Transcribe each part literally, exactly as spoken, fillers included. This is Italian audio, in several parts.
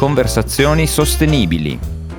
Conversazioni sostenibili.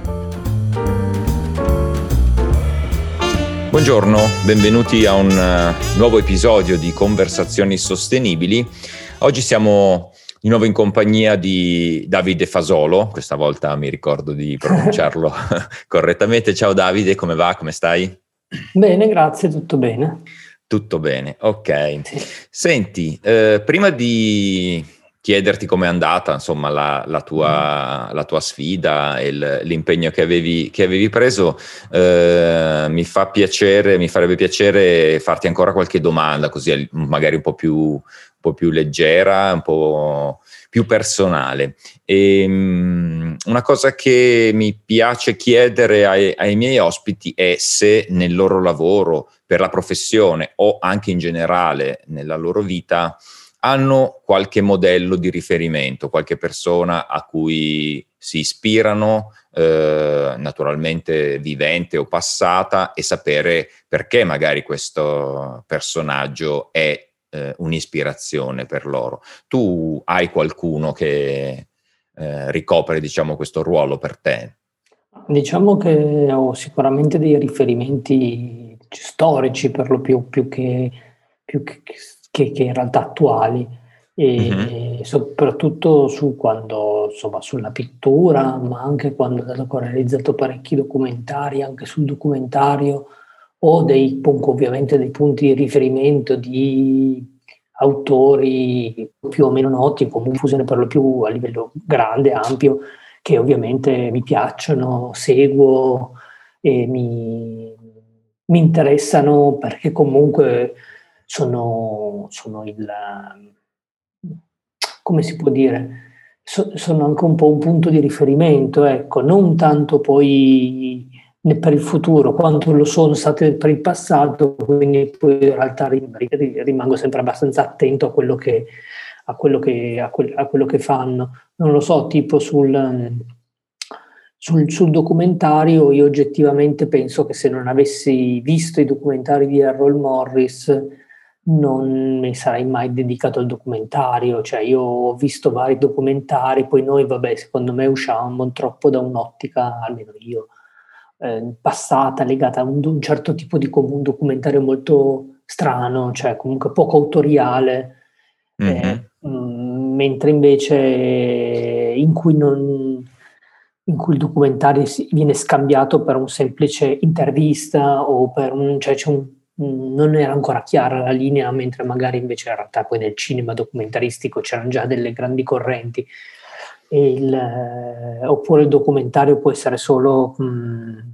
Buongiorno, benvenuti a un uh, nuovo episodio di Conversazioni sostenibili. Oggi siamo di nuovo in compagnia di Davide Fasolo, questa volta mi ricordo di pronunciarlo correttamente. Ciao Davide, come va? Come stai? Bene, grazie, tutto bene. Tutto bene, ok. Sì. Senti, eh, prima di chiederti com'è andata, insomma, la, la, tua, la tua sfida e il, l'impegno che avevi, che avevi preso, eh, mi fa piacere, mi farebbe piacere farti ancora qualche domanda, così magari un po' più, un po' più leggera, un po' più personale. E, um, una cosa che mi piace chiedere ai, ai miei ospiti è se nel loro lavoro, per la professione o anche in generale nella loro vita, hanno qualche modello di riferimento, qualche persona a cui si ispirano, eh, naturalmente vivente o passata, e sapere perché magari questo personaggio è eh, un'ispirazione per loro. Tu hai qualcuno che eh, ricopre, diciamo, questo ruolo per te? Diciamo che ho sicuramente dei riferimenti storici per lo più, più che, più che, che, che in realtà attuali, e uh-huh. soprattutto su quando, insomma, sulla pittura, ma anche quando ho realizzato parecchi documentari, anche sul documentario, o dei, ovviamente dei punti di riferimento di autori più o meno noti, con diffusione per lo più a livello grande, ampio, che ovviamente mi piacciono, seguo e mi, mi interessano, perché comunque sono, sono il, come si può dire, so, sono anche un po' un punto di riferimento, ecco, non tanto poi per il futuro quanto lo sono state per il passato, quindi poi in realtà rimango sempre abbastanza attento a quello che, a quello che, a quel, a quello che fanno. Non lo so, tipo sul, sul, sul documentario, io oggettivamente penso che se non avessi visto i documentari di Errol Morris non mi sarei mai dedicato al documentario. Cioè, io ho visto vari documentari, poi noi, vabbè, secondo me usciamo troppo da un'ottica, almeno io, eh, passata, legata a un, un certo tipo di un documentario molto strano, cioè comunque poco autoriale, mm-hmm. eh, mh, mentre invece in cui non in cui il documentario viene scambiato per un semplice intervista o per un, cioè c'è un, non era ancora chiara la linea, mentre magari invece in realtà poi nel cinema documentaristico c'erano già delle grandi correnti. E il, eh, oppure il documentario può essere solo mh,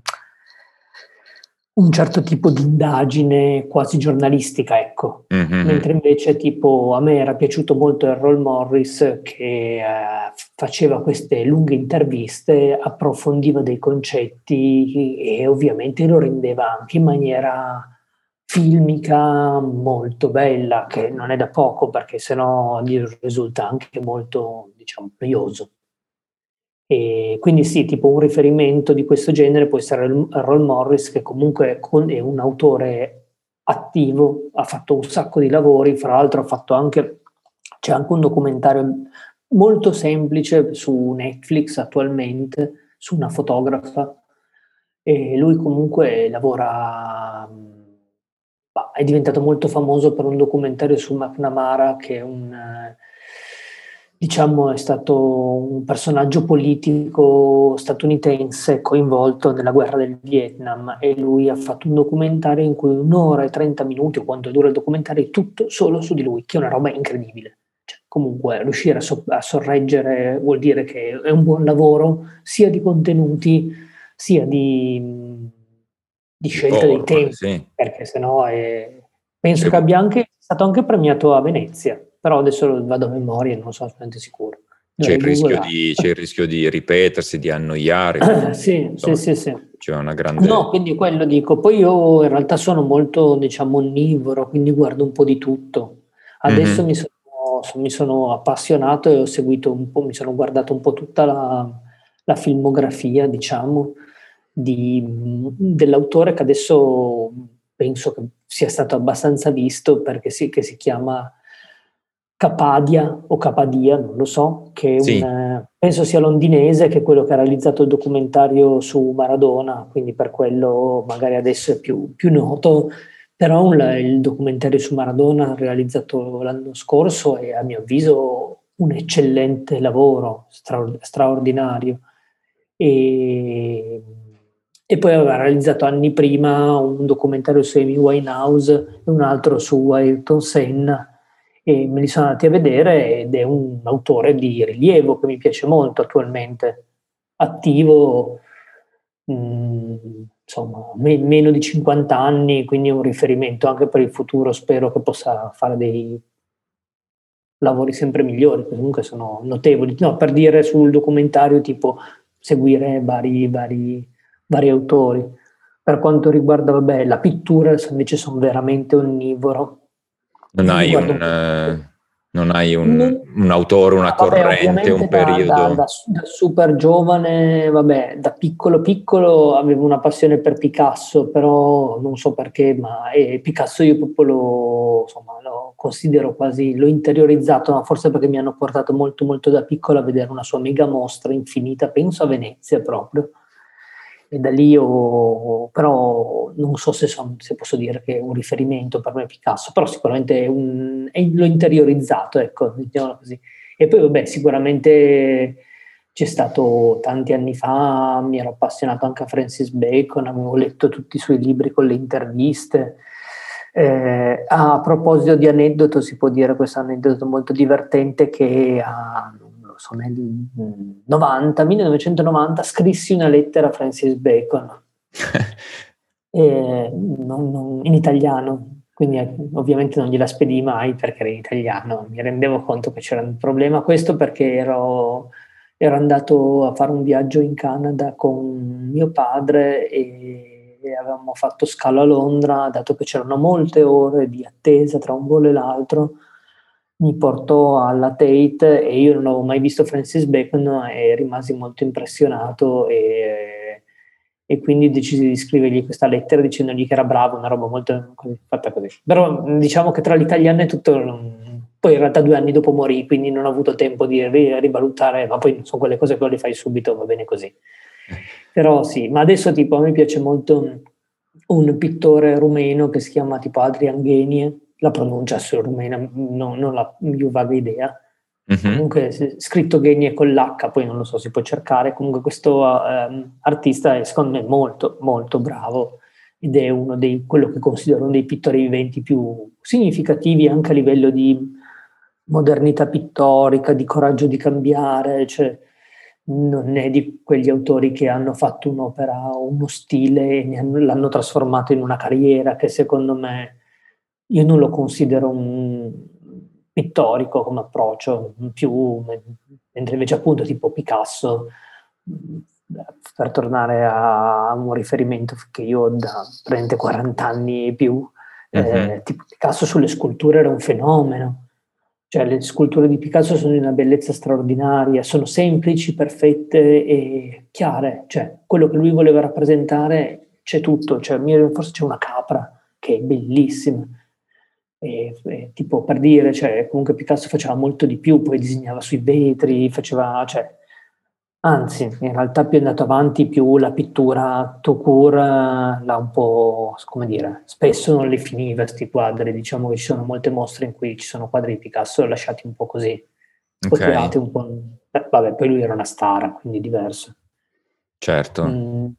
un certo tipo di indagine quasi giornalistica, ecco. Mm-hmm. Mentre invece tipo a me era piaciuto molto Errol Morris, che eh, faceva queste lunghe interviste, approfondiva dei concetti e ovviamente lo rendeva anche in maniera filmica molto bella, che non è da poco, perché sennò risulta anche molto, diciamo, noioso. E quindi sì, tipo un riferimento di questo genere può essere Errol Morris, che comunque è un autore attivo, ha fatto un sacco di lavori, fra l'altro ha fatto anche, c'è anche un documentario molto semplice su Netflix attualmente, su una fotografa, e lui comunque lavora, bah, è diventato molto famoso per un documentario su McNamara, che è un... diciamo è stato un personaggio politico statunitense coinvolto nella guerra del Vietnam, e lui ha fatto un documentario in cui un'ora e trenta minuti, o quanto dura il documentario, è tutto solo su di lui, che è una roba incredibile. Cioè, comunque riuscire a, so- a sorreggere vuol dire che è un buon lavoro sia di contenuti sia di, di scelta dei tempi, sì. Perché sennò è... penso e... che abbia anche è stato anche premiato a Venezia. Però adesso vado a memoria e non sono assolutamente sicuro. C'è il, rischio di, c'è il rischio di ripetersi, di annoiare. sì, insomma, sì, sì, sì. C'è una grande... No, quindi quello dico. Poi io in realtà sono molto, diciamo, onnivoro, quindi guardo un po' di tutto. Adesso mm-hmm. mi, sono, mi sono appassionato e ho seguito un po', mi sono guardato un po' tutta la, la filmografia, diciamo, di, dell'autore, che adesso penso che sia stato abbastanza visto, perché sì, che si chiama Capadia o Capadia, non lo so, che è Sì. un, penso sia londinese, che è quello che ha realizzato il documentario su Maradona, quindi per quello magari adesso è più, più noto, però un, il documentario su Maradona realizzato l'anno scorso è a mio avviso un eccellente lavoro, straor- straordinario. E, e poi aveva realizzato anni prima un documentario su Amy Winehouse e un altro su Ayrton Senna, e me li sono andati a vedere ed è un autore di rilievo che mi piace molto attualmente, attivo, mh, insomma, me- meno di cinquanta anni, quindi è un riferimento anche per il futuro, spero che possa fare dei lavori sempre migliori, che comunque sono notevoli. No, per dire sul documentario, tipo seguire vari, vari, vari autori. Per quanto riguarda, vabbè, la pittura, invece sono veramente onnivoro. Non E hai un, guardo eh, non hai un, non- un autore, una ah, vabbè, corrente, un ovviamente da, da- periodo. da- da super giovane, vabbè, da piccolo piccolo avevo una passione per Picasso, però non so perché, ma eh, Picasso io proprio lo, insomma, lo considero quasi, l'ho interiorizzato, ma forse perché mi hanno portato molto molto da piccolo a vedere una sua mega mostra infinita, penso a Venezia proprio. E da lì ho, però non so se, son- se posso dire che è un riferimento per me Picasso, però sicuramente è un, è- l'ho interiorizzato, ecco, diciamo così. E poi vabbè, sicuramente c'è stato tanti anni fa, mi ero appassionato anche a Francis Bacon, avevo letto tutti i suoi libri con le interviste. Eh, a proposito di aneddoto, si può dire questo aneddoto molto divertente che a, non lo so, nel novanta, millenovecentonovanta scrissi una lettera a Francis Bacon eh, non- non- in italiano, quindi eh, ovviamente non gliela spedii mai perché era in italiano, mi rendevo conto che c'era un problema, questo perché ero, ero andato a fare un viaggio in Canada con mio padre e, e avevamo fatto scalo a Londra, dato che c'erano molte ore di attesa tra un volo e l'altro. Mi portò alla Tate e io non avevo mai visto Francis Bacon e rimasi molto impressionato e, e quindi decisi di scrivergli questa lettera dicendogli che era bravo, una roba molto così, fatta così. Però diciamo che tra l'italiano e tutto, poi in realtà due anni dopo morì, quindi non ho avuto tempo di ri- rivalutare, ma poi sono quelle cose che le fai subito, va bene così. Però sì, ma adesso tipo a me piace molto un pittore rumeno che si chiama tipo Adrian Ghenie, la pronuncia è solo rumena, no, non la più vaga idea. Mhm. Comunque se- scritto Ghenie con l'H, poi non lo so, si può cercare. Comunque questo ehm, artista è secondo me molto, molto bravo ed è uno dei, quello che considero uno dei pittori viventi più significativi anche a livello di modernità pittorica, di coraggio di cambiare, cioè non è di quegli autori che hanno fatto un'opera o uno stile e ne hanno- l'hanno trasformato in una carriera che secondo me io non lo considero un pittorico come approccio, più, mentre invece appunto tipo Picasso, per tornare a un riferimento che io ho da trenta quaranta anni e più, Mhm. eh, tipo Picasso sulle sculture era un fenomeno. Cioè, le sculture di Picasso sono di una bellezza straordinaria, sono semplici, perfette e chiare. Cioè, quello che lui voleva rappresentare c'è tutto. Cioè, forse c'è una capra che è bellissima. E, e, tipo per dire, cioè, comunque Picasso faceva molto di più, poi disegnava sui vetri, faceva, cioè, anzi, in realtà più è andato avanti, più la pittura tout court eh, l'ha un po', come dire, spesso non li finiva sti quadri, diciamo che ci sono molte mostre in cui ci sono quadri di Picasso lasciati un po' così, un po' Ok, tirati, un po'. Eh, vabbè, poi lui era una star, quindi è diverso. certo. Mm,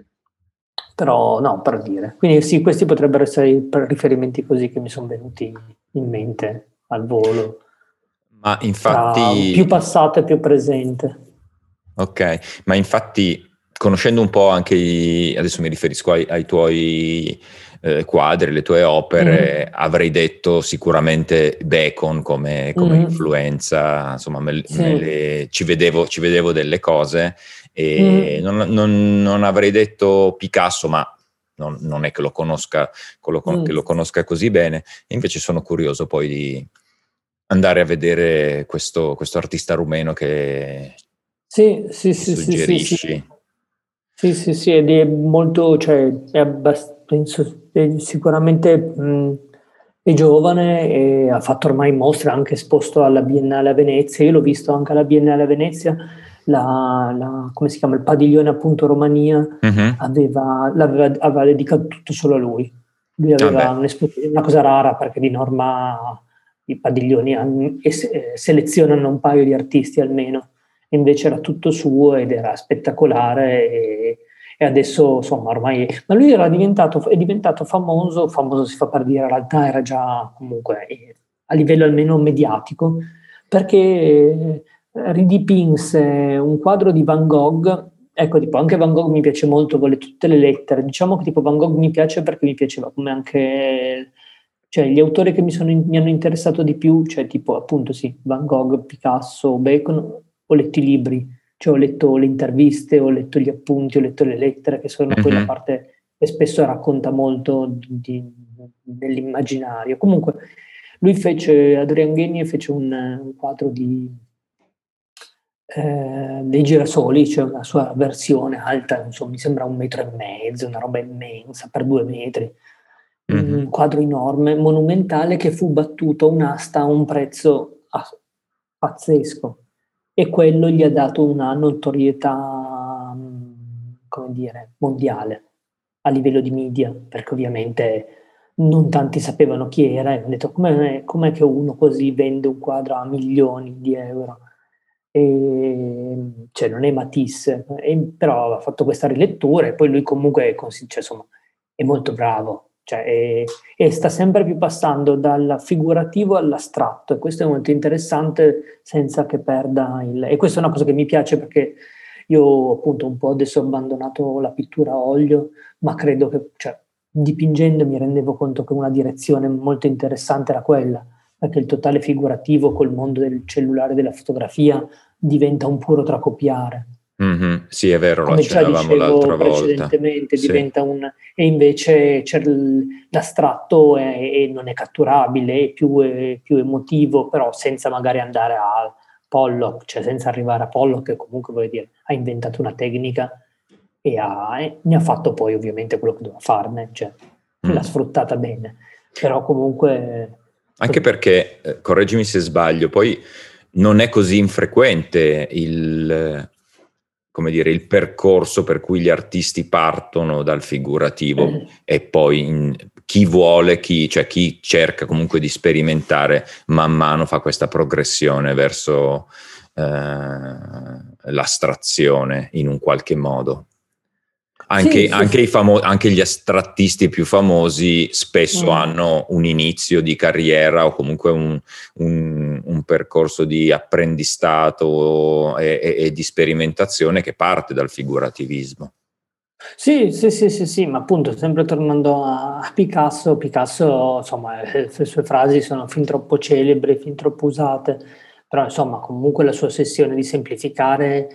però no, per dire. Quindi sì, questi potrebbero essere i per- riferimenti così che mi sono venuti in mente al volo, Ma tra più infatti, passato e più presente. ok, ma infatti, conoscendo un po' anche i, adesso mi riferisco ai, ai tuoi eh, quadri, le tue opere, Mhm. avrei detto sicuramente Bacon come, come Mhm. influenza, insomma, me, Sì. me le- ci vedevo, ci vedevo delle cose e Mhm. non, non- non avrei detto Picasso, ma non, non è che lo conosca, che lo Mm. conosca così bene, invece sono curioso poi di andare a vedere questo, questo artista rumeno che Sì, sì, mi sì, sì, sì, sì. suggerisci. Sì, sì, sì, ed è molto, cioè, è abbast- penso, è sicuramente mh, è giovane e ha fatto ormai mostre, anche esposto alla Biennale a Venezia. Io l'ho visto anche alla Biennale a Venezia, la, la, come si chiama, il padiglione appunto Romania, uh-huh. aveva, l'aveva, aveva dedicato tutto solo a lui. Lui aveva ah una cosa rara, perché di norma i padiglioni hanno, e se, eh, selezionano un paio di artisti almeno, e invece era tutto suo ed era spettacolare. E, e adesso insomma ormai, ma lui era diventato, è diventato famoso, famoso si fa per dire, in realtà era già comunque eh, a livello almeno mediatico, perché eh, ridipinse un quadro di Van Gogh. Ecco, tipo anche Van Gogh mi piace molto, con le, tutte le lettere. Diciamo che tipo Van Gogh mi piace perché mi piaceva, come anche, cioè gli autori che mi, sono, mi hanno interessato di più, cioè tipo appunto sì, Van Gogh, Picasso, Bacon, ho letto i libri. Cioè ho letto le interviste, ho letto gli appunti, ho letto le lettere, che sono mm-hmm. poi la parte che spesso racconta molto di, dell'immaginario. Comunque lui fece, Adrian Ghenie fece un, un quadro di, eh, dei girasoli, cioè una sua versione alta, insomma, mi sembra un metro e mezzo, una roba immensa, per due metri. Mm-hmm. Un quadro enorme, monumentale, che fu battuto a un'asta a un prezzo ah, pazzesco. E quello gli ha dato una notorietà, come dire, mondiale a livello di media, perché ovviamente non tanti sapevano chi era e hanno detto com'è, com'è che uno così vende un quadro a milioni di euro. E, cioè non è Matisse, e, però ha fatto questa rilettura e poi lui comunque cioè, insomma, è molto bravo. Cioè, e, e sta sempre più passando dal figurativo all'astratto, e questo è molto interessante, senza che perda il... E questa è una cosa che mi piace, perché io appunto un po' adesso ho abbandonato la pittura a olio, ma credo che, cioè, dipingendo mi rendevo conto che una direzione molto interessante era quella, perché il totale figurativo col mondo del cellulare, della fotografia, diventa un puro tracopiare. Mm-hmm. Sì, è vero, come lo già accennavamo dicevo l'altra precedentemente, volta. Diventa sì. un... E invece c'è l'astratto e, e non è catturabile, è più, è più emotivo, però senza magari andare a Pollock, cioè senza arrivare a Pollock, che comunque voglio dire, ha inventato una tecnica e, ha, e ne ha fatto poi ovviamente quello che doveva farne, cioè mm. l'ha sfruttata bene, però comunque... Anche perché, eh, correggimi se sbaglio, poi non è così infrequente il... come dire, il percorso per cui gli artisti partono dal figurativo eh. e poi in, chi vuole, chi, cioè chi cerca comunque di sperimentare, man mano fa questa progressione verso eh, l'astrazione in un qualche modo. Anche, sì, sì, anche, sì. I famo- anche gli astrattisti più famosi spesso mm. hanno un inizio di carriera o comunque un, un, un percorso di apprendistato e, e, e di sperimentazione che parte dal figurativismo. Sì, sì, sì, sì, sì, ma appunto sempre tornando a Picasso, Picasso, insomma, le sue frasi sono fin troppo celebri, fin troppo usate, però insomma comunque la sua ossessione di semplificare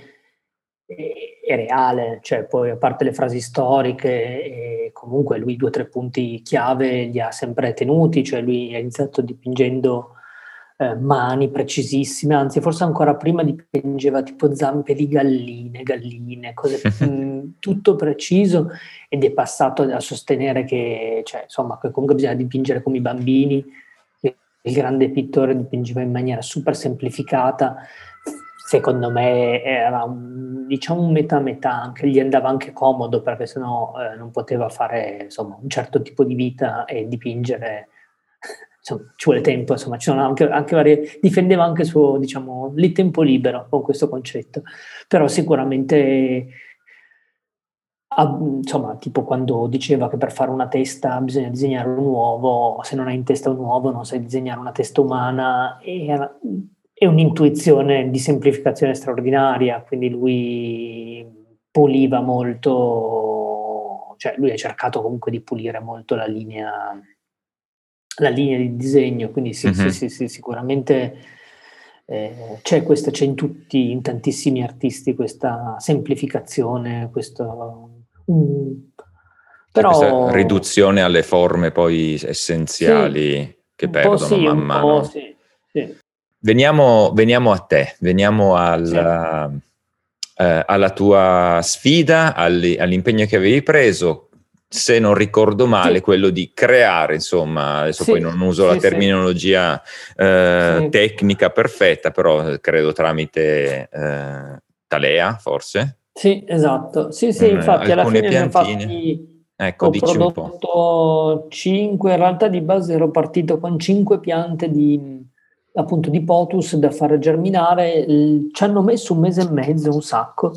è reale, cioè poi a parte le frasi storiche, e comunque lui due o tre punti chiave li ha sempre tenuti, cioè lui ha iniziato dipingendo eh, mani precisissime, anzi forse ancora prima dipingeva tipo zampe di galline, galline, cose, mh, tutto preciso, ed è passato a sostenere che, cioè, insomma, che comunque bisogna dipingere come i bambini, che il grande pittore dipingeva in maniera super semplificata. Secondo me era un, diciamo un metà metà, anche gli andava anche comodo, perché sennò eh, non poteva fare insomma un certo tipo di vita e dipingere, insomma ci vuole tempo, insomma ci sono anche, anche varie, difendeva anche il suo, diciamo, il tempo libero con questo concetto, però sicuramente insomma, tipo quando diceva che per fare una testa bisogna disegnare un uovo, se non hai in testa un uovo non sai disegnare una testa umana, era è un'intuizione di semplificazione straordinaria, quindi lui puliva molto, cioè lui ha cercato comunque di pulire molto la linea, la linea di disegno, quindi sì, mm-hmm. sì, sì, sì, sicuramente eh, c'è questa, c'è in tutti, in tantissimi artisti questa semplificazione, questo... Um, però, questa riduzione alle forme poi essenziali sì, che perdono sì, man mano. Sì, sì. Veniamo, veniamo a te, veniamo al, sì. eh, alla tua sfida, all'impegno che avevi preso. se non ricordo male, sì. quello di creare, insomma, adesso Sì, poi non uso sì, la terminologia sì. eh, Sì. tecnica perfetta, però credo tramite eh, Talea, forse. Sì, esatto. Sì, sì, Mm, infatti alla alcune fine ne ho piantine. fatti, Ecco, ho dici un po'. prodotto cinque, in realtà di base ero partito con cinque piante di, appunto, di pothos da far germinare. Il- ci hanno messo un mese e mezzo, un sacco,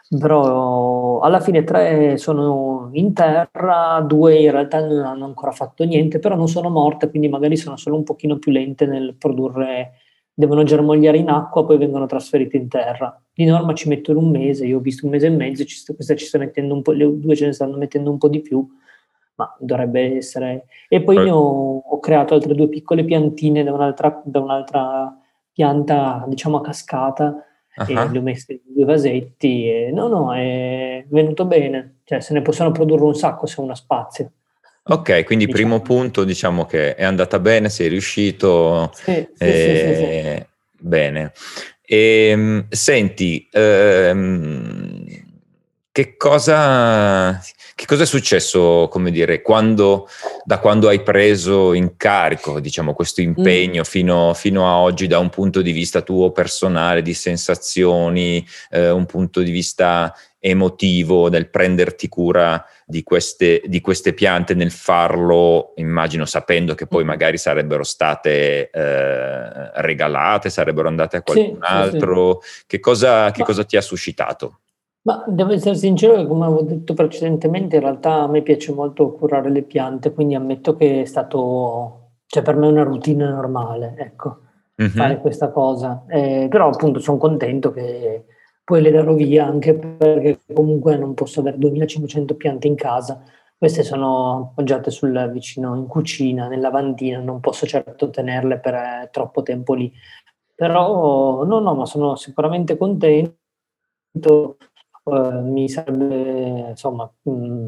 però alla fine tre sono in terra, due in realtà non hanno ancora fatto niente, però non sono morte, quindi magari sono solo un pochino più lente nel produrre, devono germogliare in acqua, poi vengono trasferite in terra. Di norma ci mettono un mese, io ho visto un mese e mezzo, ci sto, questa ci sta mettendo un po', le due ce ne stanno mettendo un po' di più, ma dovrebbe essere. E poi ne ho, ho creato altre due piccole piantine da un'altra, da un'altra pianta, diciamo a cascata, e le ho Ah. messe in due vasetti e no, no, è venuto bene, cioè se ne possono produrre un sacco se uno ha spazio. Ok, quindi primo Diciamo. punto, diciamo che è andata bene, sei riuscito, Sì, sì, sì, sì, sì. eh, bene. E, senti, ehm, che cosa, che cosa è successo, come dire, quando, da quando hai preso in carico, diciamo, questo Mm. impegno fino, fino a oggi, da un punto di vista tuo personale, di sensazioni, eh, un punto di vista emotivo, nel prenderti cura di queste, di queste piante, nel farlo, immagino, sapendo che poi Mm. magari sarebbero state eh, regalate, sarebbero andate a qualcun Sì, sì, sì. altro. Che cosa, che Ma cosa ti ha suscitato? Ma devo essere sincero che come avevo detto precedentemente, in realtà a me piace molto curare le piante, quindi ammetto che è stato, cioè per me è una routine normale, ecco, fare Mhm. questa cosa. Eh, però appunto sono contento che poi le darò via, anche perché comunque non posso avere duemilacinquecento piante in casa. Queste sono appoggiate sul vicino in cucina, nel lavandino, non posso certo tenerle per eh, troppo tempo lì. Però no, no, ma sono sicuramente contento. Eh, mi sarebbe, insomma, mh,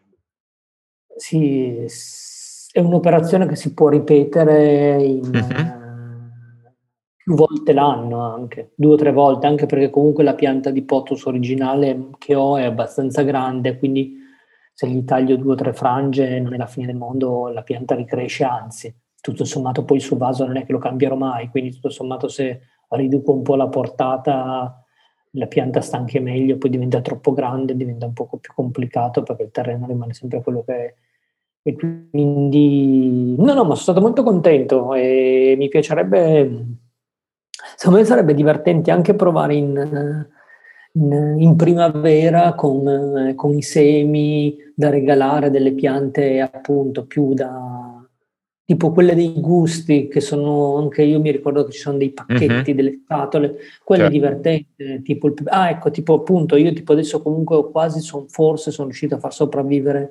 sì, s- è un'operazione che si può ripetere in, Mhm. eh, più volte l'anno anche, due o tre volte, anche perché comunque la pianta di pothos originale che ho è abbastanza grande, quindi se gli taglio due o tre frange non è la fine del mondo, la pianta ricresce, anzi, tutto sommato poi il suo vaso non è che lo cambierò mai, quindi tutto sommato se riduco un po' la portata la pianta sta anche meglio, poi diventa troppo grande, diventa un poco più complicato perché il terreno rimane sempre quello che è. E quindi, no, no, ma sono stato molto contento e mi piacerebbe, secondo me sarebbe divertente anche provare in, in, in primavera con, eh, con i semi da regalare, delle piante appunto più da, tipo quelle dei gusti, che sono, anche io mi ricordo che ci sono dei Mhm. pacchetti, delle scatole, quello è Certo. divertente, tipo il, ah ecco, tipo appunto io tipo adesso comunque ho quasi, son, forse sono riuscito a far sopravvivere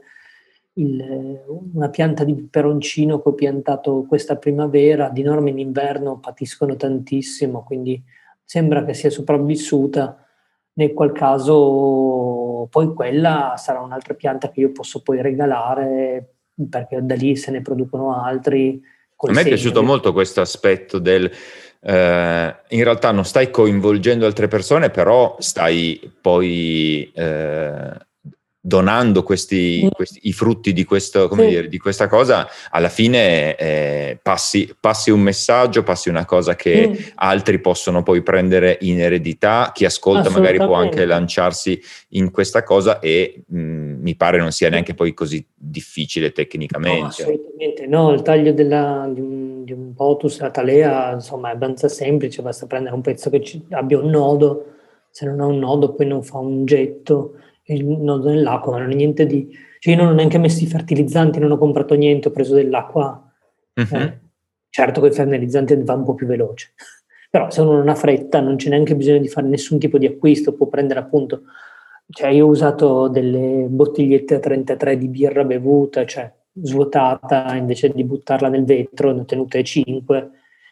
il- una pianta di peperoncino che ho piantato questa primavera, di norma in inverno patiscono tantissimo, quindi sembra che sia sopravvissuta, nel qual caso poi quella sarà un'altra pianta che io posso poi regalare perché da lì se ne producono altri A coi me è semi piaciuto ovviamente. molto questo aspetto del, eh, in realtà non stai coinvolgendo altre persone, però stai poi eh, donando questi, Mm, questi- i frutti di, questo, come dire, sì, di questa cosa. Alla fine eh, passi, passi un messaggio, passi una cosa che mm, altri possono poi prendere in eredità. Chi ascolta magari può anche assolutamente. lanciarsi in questa cosa e mh, mi pare non sia neanche Mm. poi così difficile No, tecnicamente. assolutamente no, il taglio della- di un, di un potus, la talea, insomma, è abbastanza semplice, basta prendere un pezzo che ci- abbia un nodo, se non ha un nodo poi non fa un getto, il nodo nell'acqua, ma non è niente di... Cioè io non ho neanche messo i fertilizzanti, non ho comprato niente, ho preso dell'acqua, Mhm. eh, certo che il fertilizzante va un po' più veloce, però se uno non ha fretta non c'è neanche bisogno di fare nessun tipo di acquisto, può prendere appunto, cioè io ho usato delle bottigliette a trentatré di birra bevuta, cioè svuotata, invece di buttarla nel vetro, ne ho tenute cinque.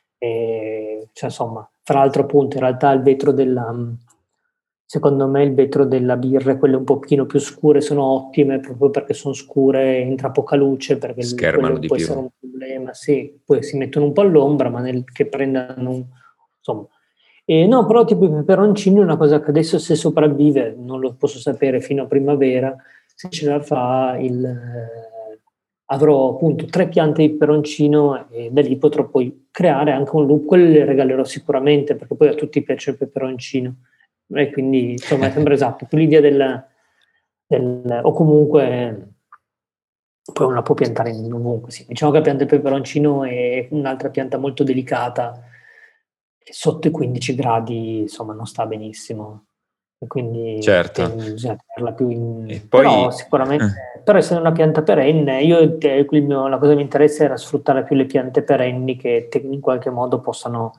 E, cioè, insomma, fra l'altro appunto in realtà il vetro della, secondo me il vetro della birra, quelle un pochino più scure sono ottime proprio perché sono scure, entra poca luce, perché il- Schermano quello di può più. essere un problema, sì, poi si mettono un po' all'ombra, ma nel che prendano, un- insomma. E no, però tipo i peperoncini è una cosa che adesso se sopravvive, non lo posso sapere fino a primavera, se ce la fa, il, eh, avrò appunto tre piante di peperoncino e da lì potrò poi creare anche un loop. Quelle le regalerò sicuramente, perché poi a tutti piace il peperoncino, e quindi insomma è sempre esatto, più l'idea del, del o comunque poi uno la può piantare in ovunque, sì. Diciamo che la pianta del peperoncino è un'altra pianta molto delicata, che sotto i quindici gradi insomma non sta benissimo, e quindi Certo. ten- bisogna tenerla più in... E Però poi sicuramente, eh, però essendo una pianta perenne, io il mio- la cosa che mi interessa era sfruttare più le piante perenni che te- in qualche modo possano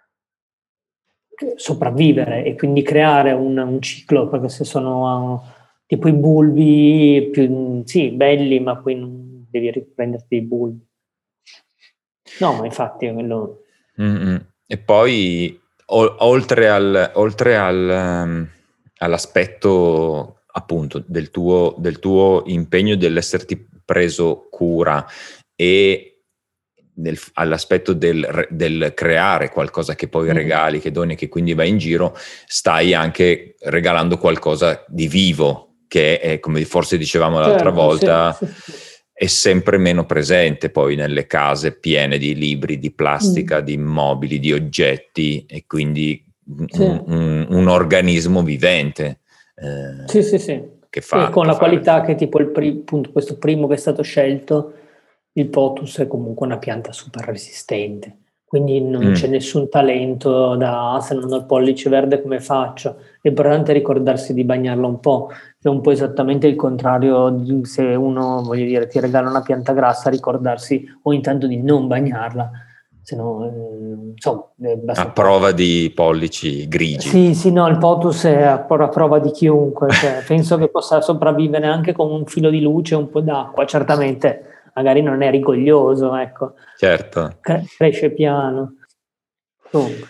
sopravvivere e quindi creare un, un ciclo, perché se sono uh, tipo i bulbi, più, sì, belli, ma poi non devi riprenderti i bulbi. No, ma infatti quello... mm-mm. E poi o- oltre al, oltre al, ehm, all'aspetto appunto del tuo, del tuo impegno, dell'esserti preso cura, e nel- all'aspetto del, del creare qualcosa che poi Mm. regali, che doni, che quindi va in giro, stai anche regalando qualcosa di vivo, che è, come forse dicevamo l'altra Certo, sì, volta, sì, sì. è sempre meno presente poi nelle case piene di libri, di plastica, Mm. di immobili, di oggetti, e quindi Sì. un, un- un organismo vivente, Sì, eh, sì, sì. che E fa, con che la fa la qualità differenza. che tipo il pri- appunto questo primo che è stato scelto, il potus è comunque una pianta super resistente, quindi non c'è Mm. nessun talento da "Ah, se non ho il pollice verde come faccio?" L'importante è ricordarsi di bagnarla un po', che è un po' esattamente il contrario di se uno, voglio dire, ti regala una pianta grassa, ricordarsi ogni tanto di non bagnarla, se no, eh, insomma, eh, A basta prova poco. di pollici grigi. Sì, sì, no, il potus è a pro- a prova di chiunque, cioè, penso che possa sopravvivere anche con un filo di luce e un po' d'acqua, certamente magari non è rigoglioso, ecco, Certo. Cre- cresce piano. Comunque.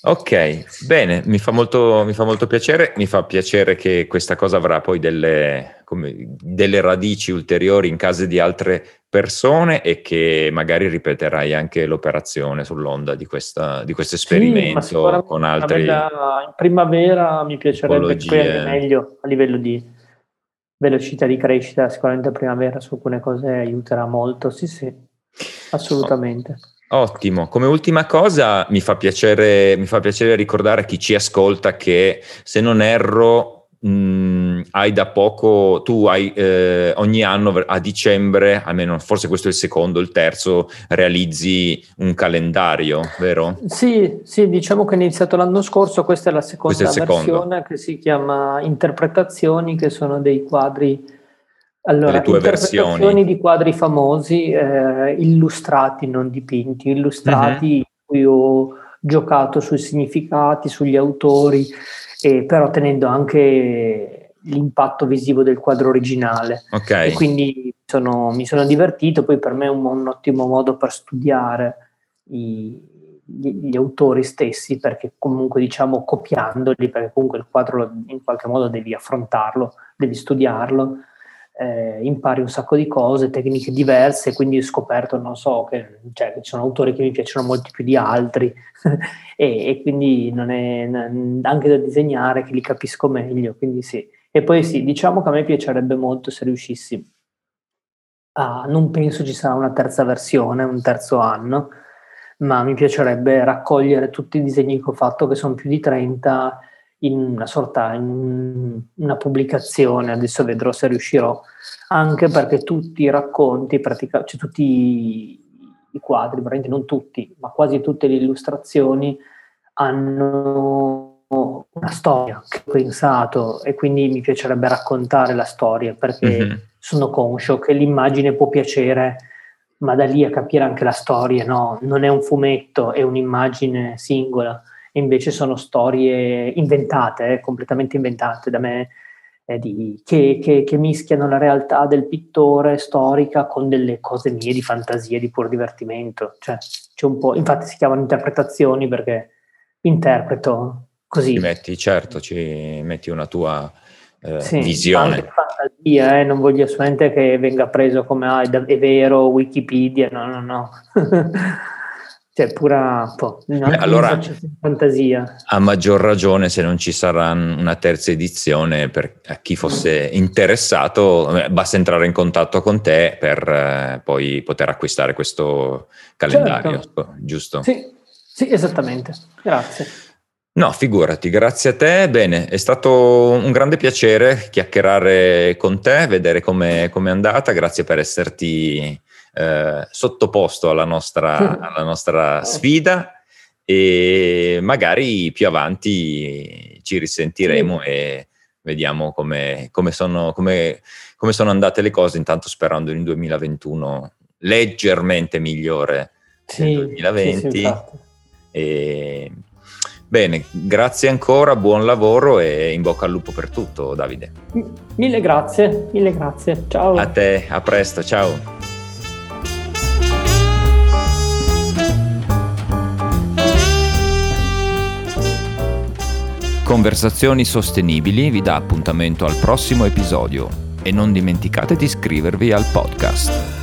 Ok, bene, mi fa molto, mi fa molto piacere, mi fa piacere che questa cosa avrà poi delle, come, delle radici ulteriori in case di altre persone, e che magari ripeterai anche l'operazione sull'onda di questa, di questo Sì, ma esperimento sicuramente con una altre bella, in primavera mi piacerebbe che poi anche tipologie. meglio a livello di velocità di crescita, sicuramente in primavera su alcune cose aiuterà molto, sì, sì, Oh, assolutamente. ottimo. Come ultima cosa, mi fa piacere, mi fa piacere ricordare a chi ci ascolta che, se non erro, mh, hai da poco, tu hai eh, ogni anno a dicembre, almeno forse questo è il secondo, il terzo, realizzi un calendario, vero? Sì, sì, diciamo che è iniziato l'anno scorso, questa è la Questo è il seconda secondo, versione che si chiama Interpretazioni, che sono dei quadri, delle allora, tue versioni. interpretazioni di quadri famosi, eh, illustrati, non dipinti, Mhm. illustrati in cui ho giocato sui significati, sugli autori, e però tenendo anche l'impatto visivo del quadro originale. Ok, E quindi sono- mi sono divertito, poi per me è un, un ottimo modo per studiare i- gli, gli autori stessi, perché comunque diciamo copiandoli, perché comunque il quadro lo- in qualche modo devi affrontarlo, devi studiarlo, eh, impari un sacco di cose, tecniche diverse, quindi ho scoperto, non so, che, cioè, ci sono autori che mi piacciono molti più di altri e, e quindi non è n- anche da disegnare che li capisco meglio, quindi sì. E poi sì, diciamo che a me piacerebbe molto se riuscissi a, non penso ci sarà una terza versione, un terzo anno, ma mi piacerebbe raccogliere tutti i disegni che ho fatto, che sono più di trenta, in una sorta, in una pubblicazione. Adesso vedrò se riuscirò, anche perché tutti i racconti, pratica, cioè tutti i, i quadri, veramente non tutti, ma quasi tutte le illustrazioni hanno una storia che ho pensato, e quindi mi piacerebbe raccontare la storia, mhm. perché sono conscio che l'immagine può piacere, ma da lì a capire anche la storia, no, non è un fumetto, è un'immagine singola, e invece sono storie inventate, eh, completamente inventate da me, eh, di, che, che, che mischiano la realtà del pittore storica con delle cose mie di fantasia, di puro divertimento. Cioè, c'è un po', infatti si chiamano interpretazioni perché interpreto Ci così. metti, certo, ci metti una tua eh, Sì, ma anche visione. fantasia, eh, non voglio assolutamente che venga preso come ah, è, da- è vero, Wikipedia, no, no, no. cioè pura po', Beh, allora, fantasia. A maggior ragione se non ci sarà una terza edizione, per a chi fosse interessato basta entrare in contatto con te per eh, poi poter acquistare questo calendario, certo. giusto? Sì, sì, esattamente, grazie. No, figurati, grazie a te. Bene, è stato un grande piacere chiacchierare con te, vedere come è andata, grazie per esserti eh, sottoposto alla nostra, alla nostra sfida e magari più avanti ci risentiremo sì. E vediamo come, come, sono, come, come sono andate le cose, intanto sperando in un duemilaventuno leggermente migliore sì, del duemilaventi. Sì, sì, e bene, grazie ancora, buon lavoro e in bocca al lupo per tutto, Davide. Mille grazie, mille grazie. Ciao. A te, a presto, ciao. Conversazioni Sostenibili vi dà appuntamento al prossimo episodio e non dimenticate di iscrivervi al podcast.